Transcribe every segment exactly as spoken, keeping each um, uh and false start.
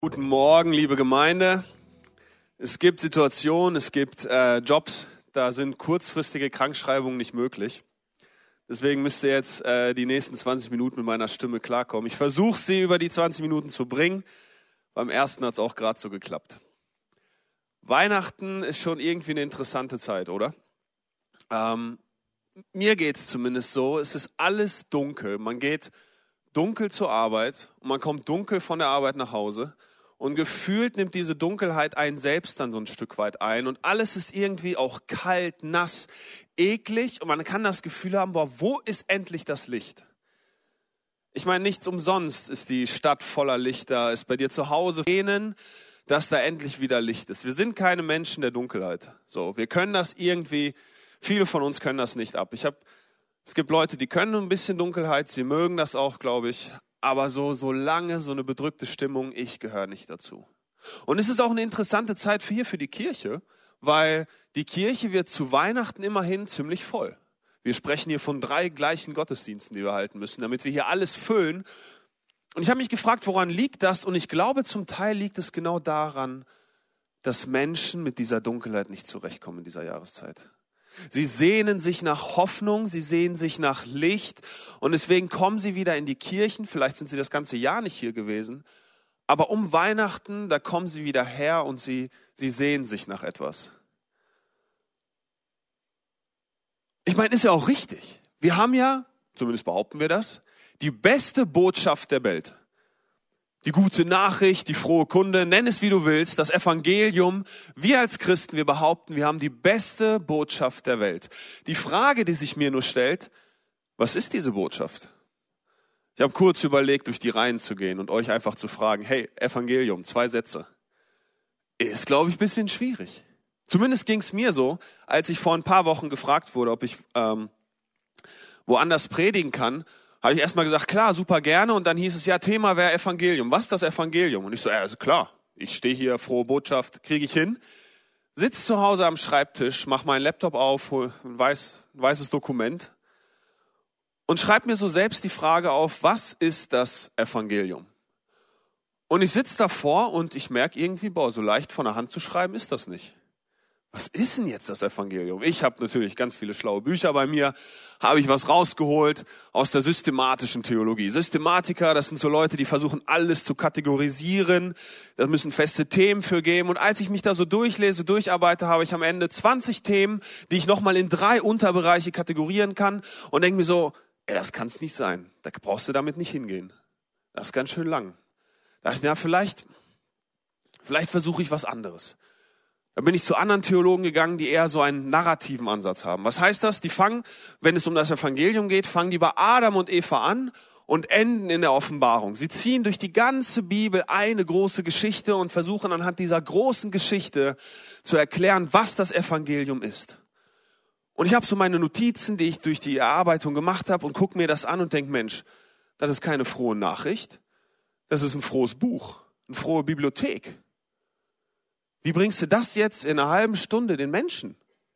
Guten Morgen, liebe Gemeinde. Es gibt Situationen, es gibt äh, Jobs, da sind kurzfristige Krankschreibungen nicht möglich. Deswegen müsst ihr jetzt äh, die nächsten zwanzig Minuten mit meiner Stimme klarkommen. Ich versuche sie über die zwanzig Minuten zu bringen. Beim ersten hat es auch gerade so geklappt. Weihnachten ist schon irgendwie eine interessante Zeit, oder? Ähm, mir geht es zumindest so, es ist alles dunkel. Man geht dunkel zur Arbeit und man kommt dunkel von der Arbeit nach Hause. Und gefühlt nimmt diese Dunkelheit einen selbst dann so ein Stück weit ein. Und alles ist irgendwie auch kalt, nass, eklig. Und man kann das Gefühl haben, boah, wo ist endlich das Licht? Ich meine, nichts umsonst ist die Stadt voller Lichter, ist bei dir zu Hause Tränen, dass da endlich wieder Licht ist. Wir sind keine Menschen der Dunkelheit. So, wir können das irgendwie, viele von uns können das nicht ab. Ich habe, es gibt Leute, die können ein bisschen Dunkelheit, sie mögen das auch, glaube ich. Aber so, so lange, so eine bedrückte Stimmung, ich gehöre nicht dazu. Und es ist auch eine interessante Zeit für hier, für die Kirche, weil die Kirche wird zu Weihnachten immerhin ziemlich voll. Wir sprechen hier von drei gleichen Gottesdiensten, die wir halten müssen, damit wir hier alles füllen. Und ich habe mich gefragt, woran liegt das? Und ich glaube, zum Teil liegt es genau daran, dass Menschen mit dieser Dunkelheit nicht zurechtkommen in dieser Jahreszeit. Sie sehnen sich nach Hoffnung, sie sehnen sich nach Licht und deswegen kommen sie wieder in die Kirchen. Vielleicht sind sie das ganze Jahr nicht hier gewesen, aber um Weihnachten, da kommen sie wieder her und sie, sie sehnen sich nach etwas. Ich meine, ist ja auch richtig. Wir haben ja, zumindest behaupten wir das, die beste Botschaft der Welt. Die gute Nachricht, die frohe Kunde, nenn es wie du willst, das Evangelium. Wir als Christen, wir behaupten, wir haben die beste Botschaft der Welt. Die Frage, die sich mir nur stellt, was ist diese Botschaft? Ich habe kurz überlegt, durch die Reihen zu gehen und euch einfach zu fragen, hey, Evangelium, zwei Sätze. Ist, glaube ich, ein bisschen schwierig. Zumindest ging es mir so, als ich vor ein paar Wochen gefragt wurde, ob ich ähm, woanders predigen kann. Habe ich erstmal gesagt, klar, super gerne. Und dann hieß es, ja, Thema wäre Evangelium. Was ist das Evangelium? Und ich so, ja, also klar, ich stehe hier, frohe Botschaft, kriege ich hin. Sitz zu Hause am Schreibtisch, mach meinen Laptop auf, hol ein, weiß, ein weißes Dokument und schreibe mir so selbst die Frage auf, was ist das Evangelium? Und ich sitze davor und ich merke irgendwie, boah, so leicht von der Hand zu schreiben ist das nicht. Was ist denn jetzt das Evangelium? Ich habe natürlich ganz viele schlaue Bücher bei mir, habe ich was rausgeholt aus der systematischen Theologie. Systematiker, das sind so Leute, die versuchen alles zu kategorisieren, da müssen feste Themen für geben. Und als ich mich da so durchlese, durcharbeite, habe ich am Ende zwanzig Themen, die ich nochmal in drei Unterbereiche kategorieren kann und denke mir so, ey, das kann es nicht sein, da brauchst du damit nicht hingehen. Das ist ganz schön lang. Da dachte ich, ja, vielleicht, vielleicht versuche ich was anderes. Da bin ich zu anderen Theologen gegangen, die eher so einen narrativen Ansatz haben. Was heißt das? Die fangen, wenn es um das Evangelium geht, fangen die bei Adam und Eva an und enden in der Offenbarung. Sie ziehen durch die ganze Bibel eine große Geschichte und versuchen anhand dieser großen Geschichte zu erklären, was das Evangelium ist. Und ich habe so meine Notizen, die ich durch die Erarbeitung gemacht habe und gucke mir das an und denke, Mensch, das ist keine frohe Nachricht, das ist ein frohes Buch, eine frohe Bibliothek. Wie bringst du das jetzt in einer halben Stunde den Menschen?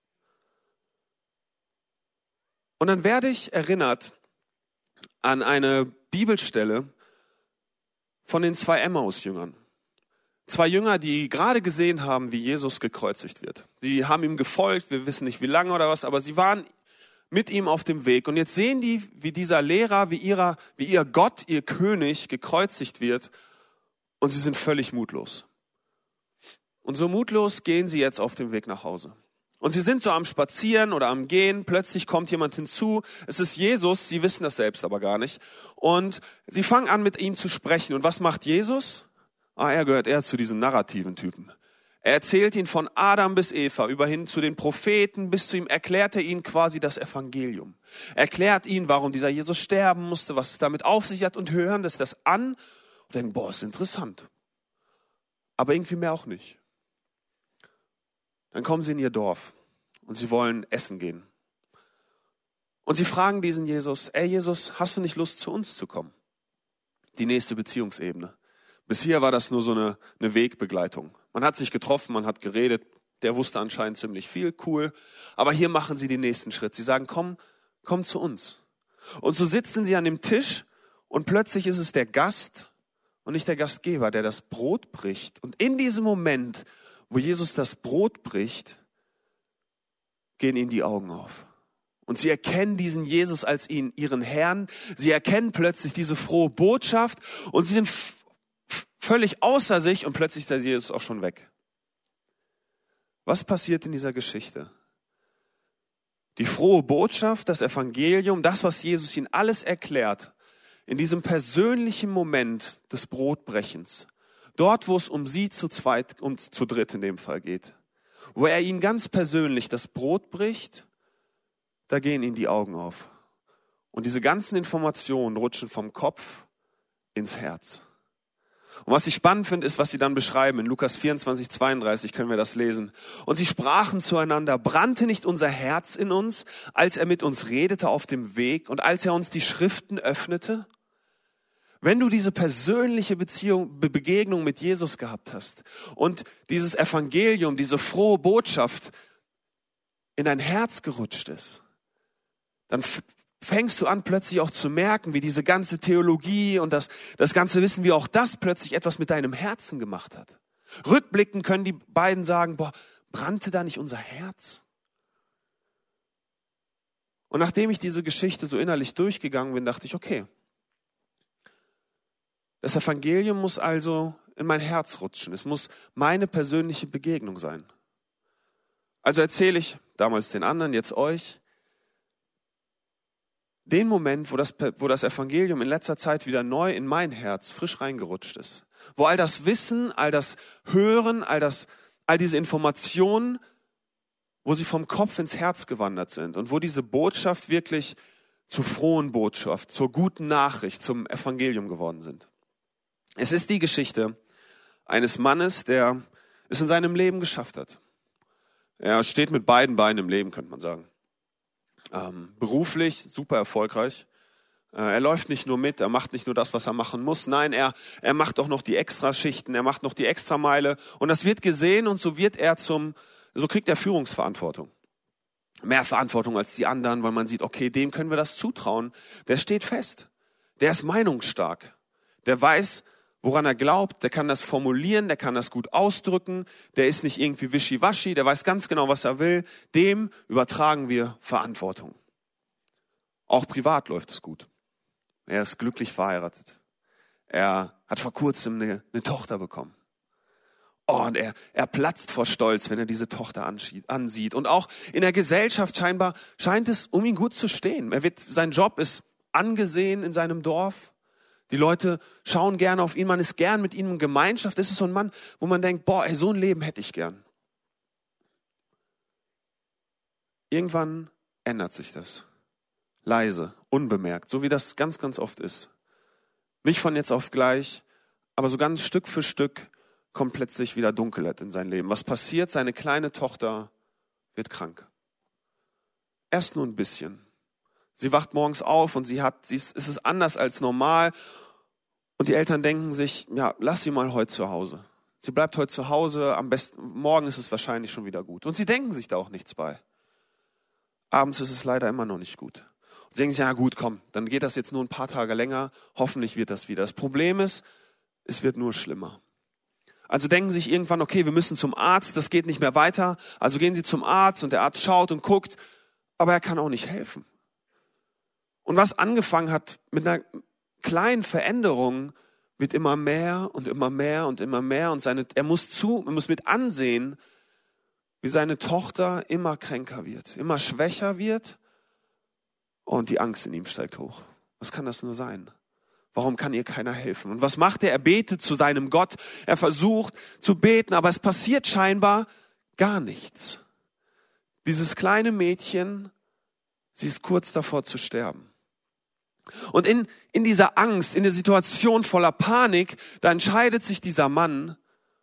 Und dann werde ich erinnert an eine Bibelstelle von den zwei Emmaus-Jüngern. Zwei Jünger, die gerade gesehen haben, wie Jesus gekreuzigt wird. Sie haben ihm gefolgt, wir wissen nicht wie lange oder was, aber sie waren mit ihm auf dem Weg. Und jetzt sehen die, wie dieser Lehrer, wie, ihrer, wie ihr Gott, ihr König gekreuzigt wird und sie sind völlig mutlos. Und so mutlos gehen sie jetzt auf dem Weg nach Hause. Und sie sind so am Spazieren oder am Gehen. Plötzlich kommt jemand hinzu. Es ist Jesus. Sie wissen das selbst aber gar nicht. Und sie fangen an, mit ihm zu sprechen. Und was macht Jesus? Ah, er gehört eher zu diesen narrativen Typen. Er erzählt ihnen von Adam bis Eva, über hin zu den Propheten. Bis zu ihm erklärt er ihnen quasi das Evangelium. Er erklärt ihnen, warum dieser Jesus sterben musste, was es damit auf sich hat. Und hören das, das an und denken, boah, ist interessant. Aber irgendwie mehr auch nicht. Dann kommen sie in ihr Dorf und sie wollen essen gehen. Und sie fragen diesen Jesus, ey Jesus, hast du nicht Lust, zu uns zu kommen? Die nächste Beziehungsebene. Bis hier war das nur so eine, eine Wegbegleitung. Man hat sich getroffen, man hat geredet, der wusste anscheinend ziemlich viel, cool. Aber hier machen sie den nächsten Schritt. Sie sagen, komm, komm zu uns. Und so sitzen sie an dem Tisch und plötzlich ist es der Gast und nicht der Gastgeber, der das Brot bricht. Und in diesem Moment, wo Jesus das Brot bricht, gehen ihnen die Augen auf. Und sie erkennen diesen Jesus als ihn, ihren Herrn. Sie erkennen plötzlich diese frohe Botschaft und sie sind f- f- völlig außer sich und plötzlich ist der Jesus auch schon weg. Was passiert in dieser Geschichte? Die frohe Botschaft, das Evangelium, das, was Jesus ihnen alles erklärt, in diesem persönlichen Moment des Brotbrechens, dort, wo es um sie zu zweit und zu dritt in dem Fall geht, wo er ihnen ganz persönlich das Brot bricht, da gehen ihnen die Augen auf. Und diese ganzen Informationen rutschen vom Kopf ins Herz. Und was ich spannend finde, ist, was sie dann beschreiben. In Lukas vierundzwanzig, zweiunddreißig können wir das lesen. Und sie sprachen zueinander, brannte nicht unser Herz in uns, als er mit uns redete auf dem Weg und als er uns die Schriften öffnete? Wenn du diese persönliche Beziehung, Be- Begegnung mit Jesus gehabt hast und dieses Evangelium, diese frohe Botschaft in dein Herz gerutscht ist, dann f- fängst du an plötzlich auch zu merken, wie diese ganze Theologie und das, das ganze Wissen, wie auch das plötzlich etwas mit deinem Herzen gemacht hat. Rückblickend können die beiden sagen, boah, brannte da nicht unser Herz? Und nachdem ich diese Geschichte so innerlich durchgegangen bin, dachte ich, okay, das Evangelium muss also in mein Herz rutschen. Es muss meine persönliche Begegnung sein. Also erzähle ich damals den anderen, jetzt euch, den Moment, wo das, wo das Evangelium in letzter Zeit wieder neu in mein Herz frisch reingerutscht ist. Wo all das Wissen, all das Hören, all, das, all diese Informationen, wo sie vom Kopf ins Herz gewandert sind und wo diese Botschaft wirklich zur frohen Botschaft, zur guten Nachricht, zum Evangelium geworden sind. Es ist die Geschichte eines Mannes, der es in seinem Leben geschafft hat. Er steht mit beiden Beinen im Leben, könnte man sagen. Ähm, beruflich super erfolgreich. Äh, er läuft nicht nur mit, er macht nicht nur das, was er machen muss. Nein, er, er macht auch noch die Extraschichten, er macht noch die Extrameile. Und das wird gesehen und so wird er zum, so kriegt er Führungsverantwortung. Mehr Verantwortung als die anderen, weil man sieht, okay, dem können wir das zutrauen. Der steht fest. Der ist meinungsstark. Der weiß, woran er glaubt, der kann das formulieren, der kann das gut ausdrücken, der ist nicht irgendwie wischiwaschi, der weiß ganz genau, was er will. Dem übertragen wir Verantwortung. Auch privat läuft es gut. Er ist glücklich verheiratet. Er hat vor kurzem eine, eine Tochter bekommen. Oh, und er, er platzt vor Stolz, wenn er diese Tochter ansieht. Und auch in der Gesellschaft scheinbar scheint es um ihn gut zu stehen. Er wird, sein Job ist angesehen in seinem Dorf. Die Leute schauen gerne auf ihn, man ist gern mit ihm in Gemeinschaft. Das ist so ein Mann, wo man denkt, boah, ey, so ein Leben hätte ich gern. Irgendwann ändert sich das. Leise, unbemerkt, so wie das ganz, ganz oft ist. Nicht von jetzt auf gleich, aber so ganz Stück für Stück kommt plötzlich wieder Dunkelheit in sein Leben. Was passiert? Seine kleine Tochter wird krank. Erst nur ein bisschen. Sie wacht morgens auf und sie hat, sie ist, es ist anders als normal. Und die Eltern denken sich, ja, lass sie mal heute zu Hause. Sie bleibt heute zu Hause, am besten, morgen ist es wahrscheinlich schon wieder gut. Und sie denken sich da auch nichts bei. Abends ist es leider immer noch nicht gut. Und sie denken sich, ja gut, komm, dann geht das jetzt nur ein paar Tage länger, hoffentlich wird das wieder. Das Problem ist, es wird nur schlimmer. Also denken sich irgendwann, okay, wir müssen zum Arzt, das geht nicht mehr weiter. Also gehen sie zum Arzt und der Arzt schaut und guckt, aber er kann auch nicht helfen. Und was angefangen hat mit einer kleinen Veränderung, wird immer mehr und immer mehr und immer mehr. Und seine, er muss zu, er muss mit ansehen, wie seine Tochter immer kränker wird, immer schwächer wird und die Angst in ihm steigt hoch. Was kann das nur sein? Warum kann ihr keiner helfen? Und was macht er? Er betet zu seinem Gott. Er versucht zu beten, aber es passiert scheinbar gar nichts. Dieses kleine Mädchen, sie ist kurz davor zu sterben. Und in, in dieser Angst, in der Situation voller Panik, da entscheidet sich dieser Mann,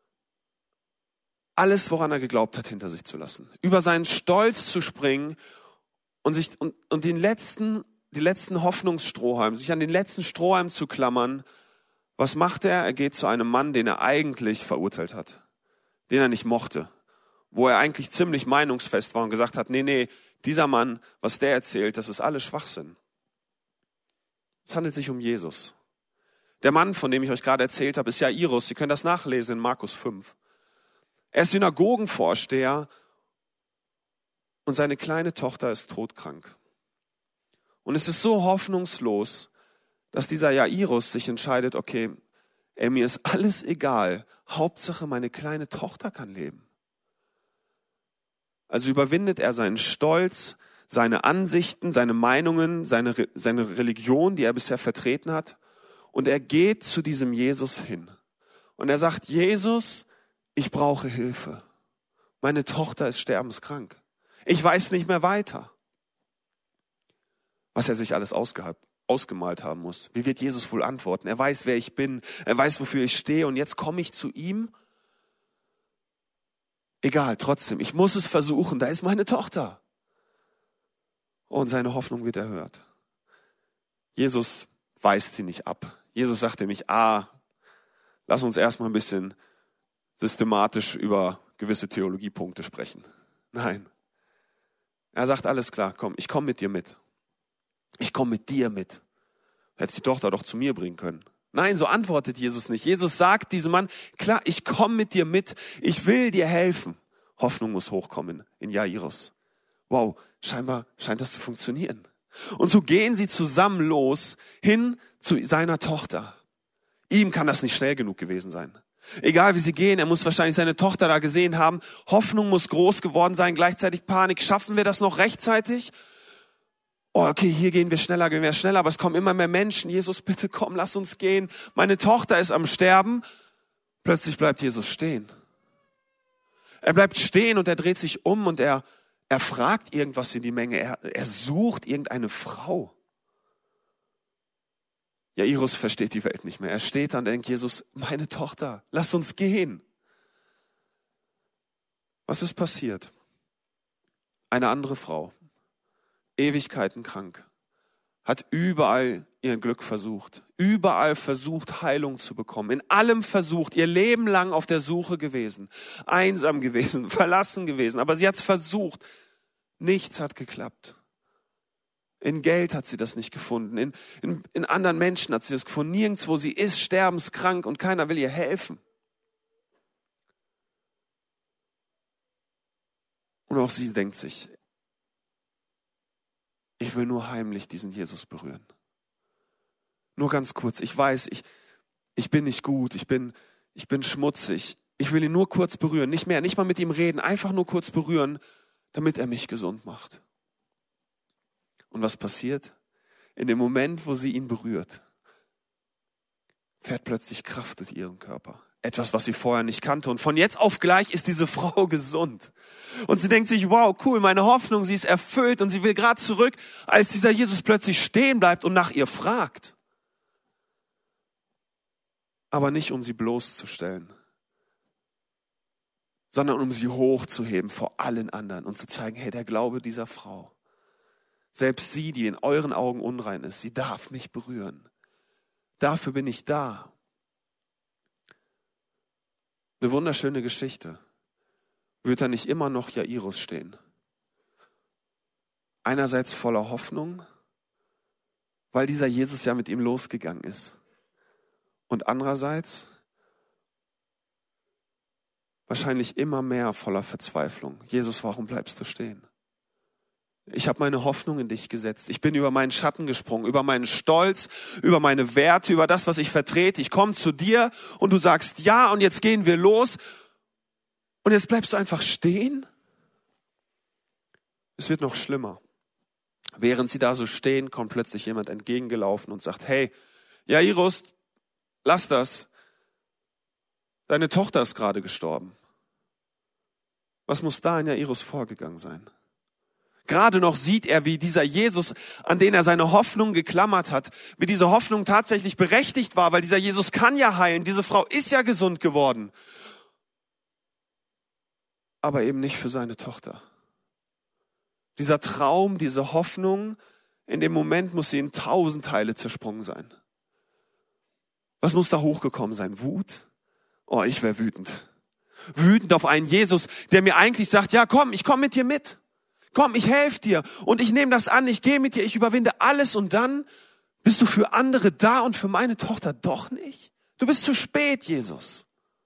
alles, woran er geglaubt hat, hinter sich zu lassen. Über seinen Stolz zu springen und sich und, und den letzten, die letzten Hoffnungsstrohhalm, sich an den letzten Strohhalm zu klammern. Was macht er? Er geht zu einem Mann, den er eigentlich verurteilt hat, den er nicht mochte, wo er eigentlich ziemlich meinungsfest war und gesagt hat, nee, nee, dieser Mann, was der erzählt, das ist alles Schwachsinn. Es handelt sich um Jesus. Der Mann, von dem ich euch gerade erzählt habe, ist Jairus. Sie können das nachlesen in Markus fünf. Er ist Synagogenvorsteher und seine kleine Tochter ist todkrank. Und es ist so hoffnungslos, dass dieser Jairus sich entscheidet, okay, ey, mir ist alles egal. Hauptsache, meine kleine Tochter kann leben. Also überwindet er seinen Stolz, seine Ansichten, seine Meinungen, seine, seine Religion, die er bisher vertreten hat. Und er geht zu diesem Jesus hin. Und er sagt, Jesus, ich brauche Hilfe. Meine Tochter ist sterbenskrank. Ich weiß nicht mehr weiter. Was er sich alles ausge- ausgemalt haben muss. Wie wird Jesus wohl antworten? Er weiß, wer ich bin. Er weiß, wofür ich stehe. Und jetzt komme ich zu ihm. Egal, trotzdem, ich muss es versuchen. Da ist meine Tochter. Und seine Hoffnung wird erhört. Jesus weist sie nicht ab. Jesus sagt nämlich, ah, lass uns erstmal ein bisschen systematisch über gewisse Theologiepunkte sprechen. Nein. Er sagt, alles klar, komm, ich komme mit dir mit. Ich komme mit dir mit. Hätte die Tochter doch zu mir bringen können. Nein, so antwortet Jesus nicht. Jesus sagt diesem Mann, klar, ich komme mit dir mit. Ich will dir helfen. Hoffnung muss hochkommen in Jairus. Wow, scheinbar scheint das zu funktionieren. Und so gehen sie zusammen los hin zu seiner Tochter. Ihm kann das nicht schnell genug gewesen sein. Egal wie sie gehen, er muss wahrscheinlich seine Tochter da gesehen haben. Hoffnung muss groß geworden sein, gleichzeitig Panik. Schaffen wir das noch rechtzeitig? Oh, okay, hier gehen wir schneller, gehen wir schneller, aber es kommen immer mehr Menschen. Jesus, bitte komm, lass uns gehen. Meine Tochter ist am Sterben. Plötzlich bleibt Jesus stehen. Er bleibt stehen und er dreht sich um und er, er fragt irgendwas in die Menge. Er, er sucht irgendeine Frau. Jairus versteht die Welt nicht mehr. Er steht da und denkt, Jesus, meine Tochter, lass uns gehen. Was ist passiert? Eine andere Frau, Ewigkeiten krank, hat überall ihr Glück versucht, überall versucht, Heilung zu bekommen, in allem versucht, ihr Leben lang auf der Suche gewesen, einsam gewesen, verlassen gewesen, aber sie hat es versucht, nichts hat geklappt. In Geld hat sie das nicht gefunden, in, in, in anderen Menschen hat sie das gefunden, nirgendwo, sie ist sterbenskrank und keiner will ihr helfen. Und auch sie denkt sich, ich will nur heimlich diesen Jesus berühren. Nur ganz kurz, ich weiß, ich, ich bin nicht gut, ich bin, ich bin schmutzig. Ich will ihn nur kurz berühren, nicht mehr, nicht mal mit ihm reden, einfach nur kurz berühren, damit er mich gesund macht. Und was passiert? In dem Moment, wo sie ihn berührt, fährt plötzlich Kraft durch ihren Körper. Etwas, was sie vorher nicht kannte. Und von jetzt auf gleich ist diese Frau gesund. Und sie denkt sich, wow, cool, meine Hoffnung, sie ist erfüllt. Und sie will gerade zurück, als dieser Jesus plötzlich stehen bleibt und nach ihr fragt. Aber nicht, um sie bloßzustellen, sondern um sie hochzuheben vor allen anderen und zu zeigen, hey, der Glaube dieser Frau, selbst sie, die in euren Augen unrein ist, sie darf mich berühren. Dafür bin ich da. Eine wunderschöne Geschichte. Wird da nicht immer noch Jairus stehen? Einerseits voller Hoffnung, weil dieser Jesus ja mit ihm losgegangen ist. Und andererseits wahrscheinlich immer mehr voller Verzweiflung. Jesus, warum bleibst du stehen? Ich habe meine Hoffnung in dich gesetzt. Ich bin über meinen Schatten gesprungen, über meinen Stolz, über meine Werte, über das, was ich vertrete. Ich komme zu dir und du sagst ja und jetzt gehen wir los. Und jetzt bleibst du einfach stehen? Es wird noch schlimmer. Während sie da so stehen, kommt plötzlich jemand entgegengelaufen und sagt, hey, Jairus, lass das. Deine Tochter ist gerade gestorben. Was muss da in Jairus vorgegangen sein? Gerade noch sieht er, wie dieser Jesus, an den er seine Hoffnung geklammert hat, wie diese Hoffnung tatsächlich berechtigt war, weil dieser Jesus kann ja heilen, diese Frau ist ja gesund geworden. Aber eben nicht für seine Tochter. Dieser Traum, diese Hoffnung, in dem Moment muss sie in tausend Teile zersprungen sein. Was muss da hochgekommen sein? Wut? Oh, ich wäre wütend. Wütend auf einen Jesus, der mir eigentlich sagt, ja komm, ich komme mit dir mit. Komm, ich helfe dir und ich nehme das an, ich gehe mit dir, ich überwinde alles und dann Bist du für andere da und für meine Tochter doch nicht? Du bist zu spät, Jesus.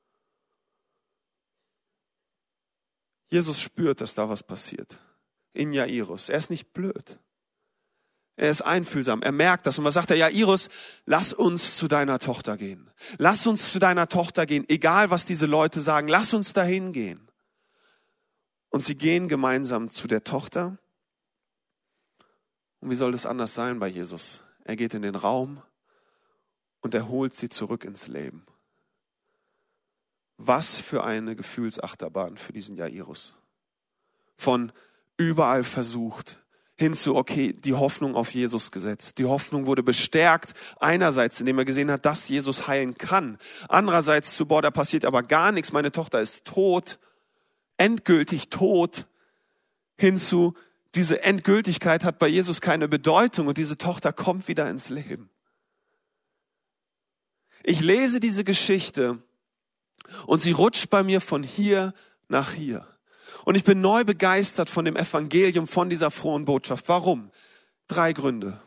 Jesus spürt, dass da was passiert. In Jairus. Er ist nicht blöd. Er ist einfühlsam. Er merkt das. Und was sagt er? Jairus, lass uns zu deiner Tochter gehen. Lass uns zu deiner Tochter gehen. Egal, was diese Leute sagen. Lass uns dahin gehen. Und sie gehen gemeinsam zu der Tochter. Und wie soll das anders sein bei Jesus? Er geht in den Raum und er holt sie zurück ins Leben. Was für eine Gefühlsachterbahn für diesen Jairus. Von überall versucht, hin zu, okay, die Hoffnung auf Jesus gesetzt. Die Hoffnung wurde bestärkt, einerseits, indem er gesehen hat, dass Jesus heilen kann. Andererseits zu, boah, da passiert aber gar nichts, meine Tochter ist tot, endgültig tot. Hinzu, diese Endgültigkeit hat bei Jesus keine Bedeutung und diese Tochter kommt wieder ins Leben. Ich lese diese Geschichte und sie rutscht bei mir von hier nach hier. Und ich bin neu begeistert von dem Evangelium, von dieser frohen Botschaft. Warum? Drei Gründe.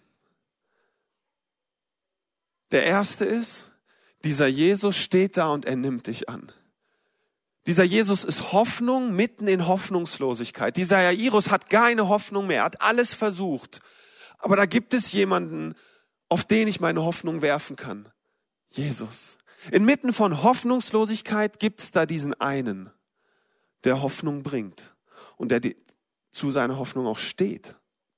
Der erste ist, dieser Jesus steht da und er nimmt dich an. Dieser Jesus ist Hoffnung mitten in Hoffnungslosigkeit. Dieser Jairus hat keine Hoffnung mehr, hat alles versucht. Aber da gibt es jemanden, auf den ich meine Hoffnung werfen kann. Jesus. Inmitten von Hoffnungslosigkeit gibt es da diesen einen, der Hoffnung bringt und der die, zu seiner Hoffnung auch steht.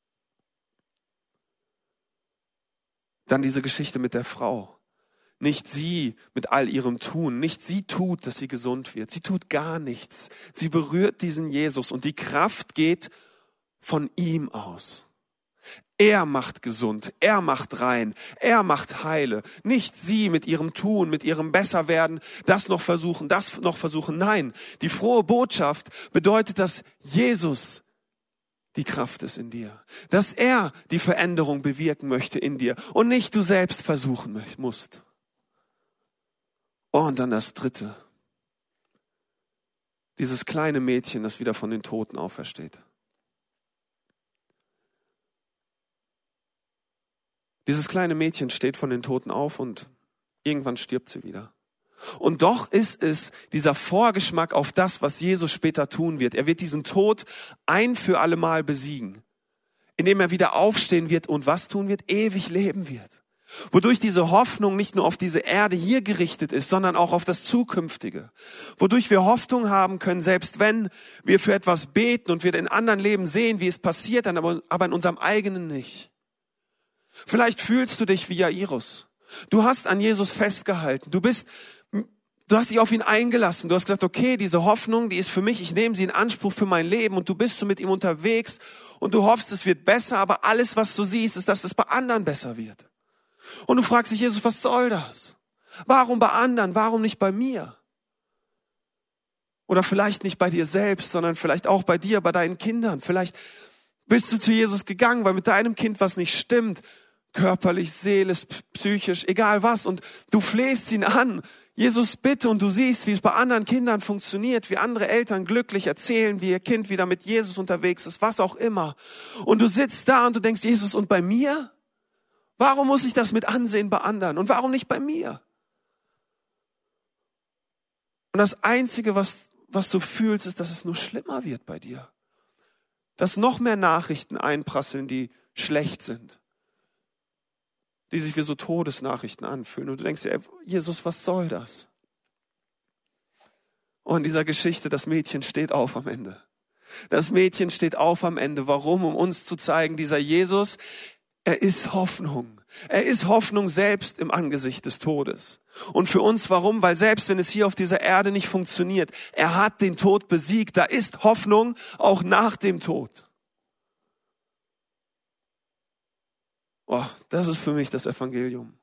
Dann diese Geschichte mit der Frau. Nicht sie mit all ihrem Tun, nicht sie tut, dass sie gesund wird. Sie tut gar nichts. Sie berührt diesen Jesus und die Kraft geht von ihm aus. Er macht gesund, er macht rein, er macht heile. Nicht sie mit ihrem Tun, mit ihrem Besserwerden, das noch versuchen, das noch versuchen. Nein, die frohe Botschaft bedeutet, dass Jesus die Kraft ist in dir. Dass er die Veränderung bewirken möchte in dir und nicht du selbst versuchen musst. Oh, und dann das Dritte. Dieses kleine Mädchen, das wieder von den Toten aufersteht. Dieses kleine Mädchen steht von den Toten auf und irgendwann stirbt sie wieder. Und doch ist es dieser Vorgeschmack auf das, was Jesus später tun wird. Er wird diesen Tod ein für alle Mal besiegen, indem er wieder aufstehen wird und was tun wird? Ewig leben wird. Wodurch diese Hoffnung nicht nur auf diese Erde hier gerichtet ist, sondern auch auf das Zukünftige. Wodurch wir Hoffnung haben können, selbst wenn wir für etwas beten und wir in anderen Leben sehen, wie es passiert, dann aber, aber in unserem eigenen nicht. Vielleicht fühlst du dich wie Jairus. Du hast an Jesus festgehalten. Du bist, du hast dich auf ihn eingelassen. Du hast gesagt, okay, diese Hoffnung, die ist für mich. Ich nehme sie in Anspruch für mein Leben. Und du bist so mit ihm unterwegs und du hoffst, es wird besser. Aber alles, was du siehst, ist, dass es bei anderen besser wird. Und du fragst dich, Jesus, was soll das? Warum bei anderen? Warum nicht bei mir? Oder vielleicht nicht bei dir selbst, sondern vielleicht auch bei dir, bei deinen Kindern. Vielleicht bist du zu Jesus gegangen, weil mit deinem Kind was nicht stimmt. Körperlich, seelisch, psychisch, egal was. Und du flehst ihn an. Jesus, bitte. Und du siehst, wie es bei anderen Kindern funktioniert, wie andere Eltern glücklich erzählen, wie ihr Kind wieder mit Jesus unterwegs ist, was auch immer. Und du sitzt da und du denkst, Jesus, und bei mir? Warum muss ich das mit ansehen bei anderen? Und warum nicht bei mir? Und das Einzige, was, was du fühlst, ist, dass es nur schlimmer wird bei dir. Dass noch mehr Nachrichten einprasseln, die schlecht sind. Die sich wie so Todesnachrichten anfühlen. Und du denkst dir, ey, Jesus, was soll das? Und in dieser Geschichte, das Mädchen steht auf am Ende. Das Mädchen steht auf am Ende. Warum? Um uns zu zeigen, dieser Jesus, er ist Hoffnung. Er ist Hoffnung selbst im Angesicht des Todes. Und für uns, warum? Weil selbst wenn es hier auf dieser Erde nicht funktioniert, er hat den Tod besiegt. Da ist Hoffnung auch nach dem Tod. Oh, das ist für mich das Evangelium.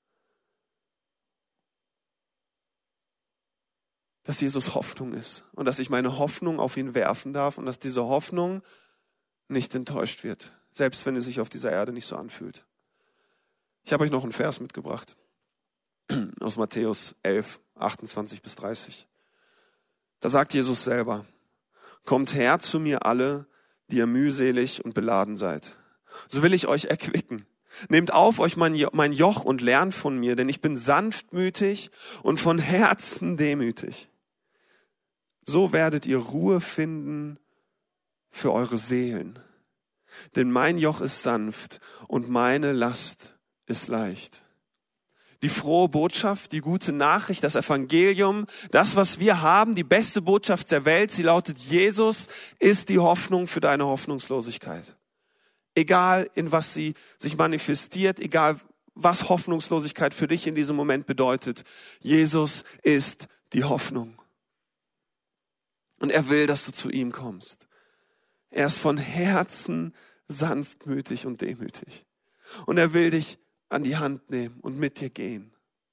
Dass Jesus Hoffnung ist und dass ich meine Hoffnung auf ihn werfen darf und dass diese Hoffnung nicht enttäuscht wird, selbst wenn es sich auf dieser Erde nicht so anfühlt. Ich habe euch noch einen Vers mitgebracht aus Matthäus elf, achtundzwanzig bis dreißig. Da sagt Jesus selber, kommt her zu mir alle, die ihr mühselig und beladen seid. So will ich euch erquicken. Nehmt auf euch mein Jo- mein Joch und lernt von mir, denn ich bin sanftmütig und von Herzen demütig. So werdet ihr Ruhe finden für eure Seelen. Denn mein Joch ist sanft und meine Last ist leicht. Die frohe Botschaft, die gute Nachricht, das Evangelium, das, was wir haben, die beste Botschaft der Welt, sie lautet: Jesus ist die Hoffnung für deine Hoffnungslosigkeit. Egal, in was sie sich manifestiert, egal, was Hoffnungslosigkeit für dich in diesem Moment bedeutet, Jesus ist die Hoffnung. Und er will, dass du zu ihm kommst. Er ist von Herzen sanftmütig und demütig. Und er will dich an die Hand nehmen und mit dir gehen.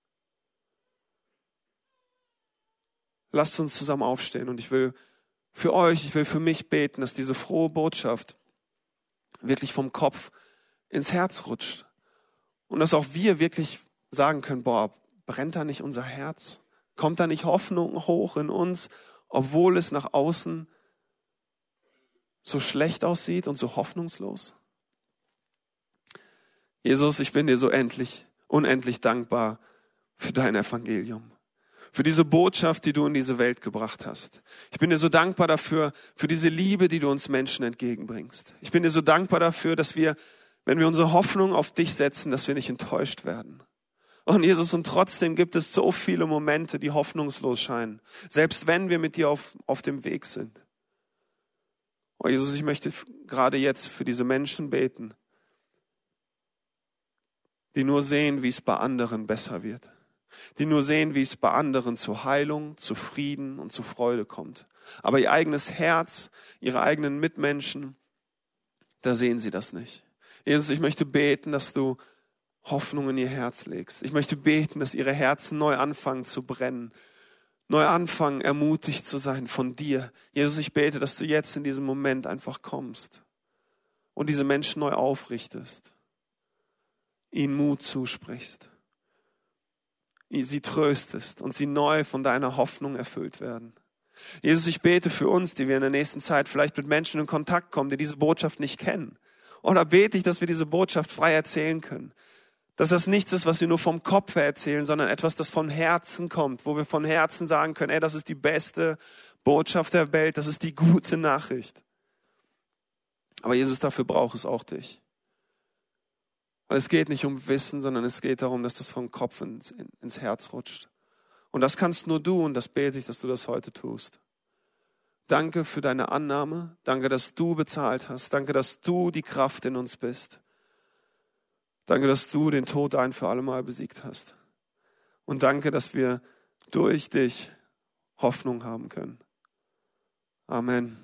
Lasst uns zusammen aufstehen und ich will für euch, ich will für mich beten, dass diese frohe Botschaft wirklich vom Kopf ins Herz rutscht. Und dass auch wir wirklich sagen können, boah, brennt da nicht unser Herz? Kommt da nicht Hoffnung hoch in uns, obwohl es nach außen so schlecht aussieht und so hoffnungslos? Jesus, ich bin dir so endlich, unendlich dankbar für dein Evangelium, für diese Botschaft, die du in diese Welt gebracht hast. Ich bin dir so dankbar dafür, für diese Liebe, die du uns Menschen entgegenbringst. Ich bin dir so dankbar dafür, dass wir, wenn wir unsere Hoffnung auf dich setzen, dass wir nicht enttäuscht werden. Und Jesus, und trotzdem gibt es so viele Momente, die hoffnungslos scheinen, selbst wenn wir mit dir auf, auf dem Weg sind. Oh Jesus, ich möchte gerade jetzt für diese Menschen beten, die nur sehen, wie es bei anderen besser wird. Die nur sehen, wie es bei anderen zu Heilung, zu Frieden und zu Freude kommt. Aber ihr eigenes Herz, ihre eigenen Mitmenschen, da sehen sie das nicht. Jesus, ich möchte beten, dass du Hoffnung in ihr Herz legst. Ich möchte beten, dass ihre Herzen neu anfangen zu brennen. Neu anfangen, ermutigt zu sein von dir. Jesus, ich bete, dass du jetzt in diesem Moment einfach kommst und diese Menschen neu aufrichtest. Ihnen Mut zusprichst, sie tröstest und sie neu von deiner Hoffnung erfüllt werden. Jesus, ich bete für uns, die wir in der nächsten Zeit vielleicht mit Menschen in Kontakt kommen, die diese Botschaft nicht kennen. Oder bete ich, dass wir diese Botschaft frei erzählen können. Dass das nichts ist, was wir nur vom Kopf her erzählen, sondern etwas, das von Herzen kommt, wo wir von Herzen sagen können, ey, das ist die beste Botschaft der Welt, das ist die gute Nachricht. Aber Jesus, dafür braucht es auch dich. Weil es geht nicht um Wissen, sondern es geht darum, dass das vom Kopf ins, ins Herz rutscht. Und das kannst nur du und das bete ich, dass du das heute tust. Danke für deine Annahme. Danke, dass du bezahlt hast. Danke, dass du die Kraft in uns bist. Danke, dass du den Tod ein für alle Mal besiegt hast. Und danke, dass wir durch dich Hoffnung haben können. Amen.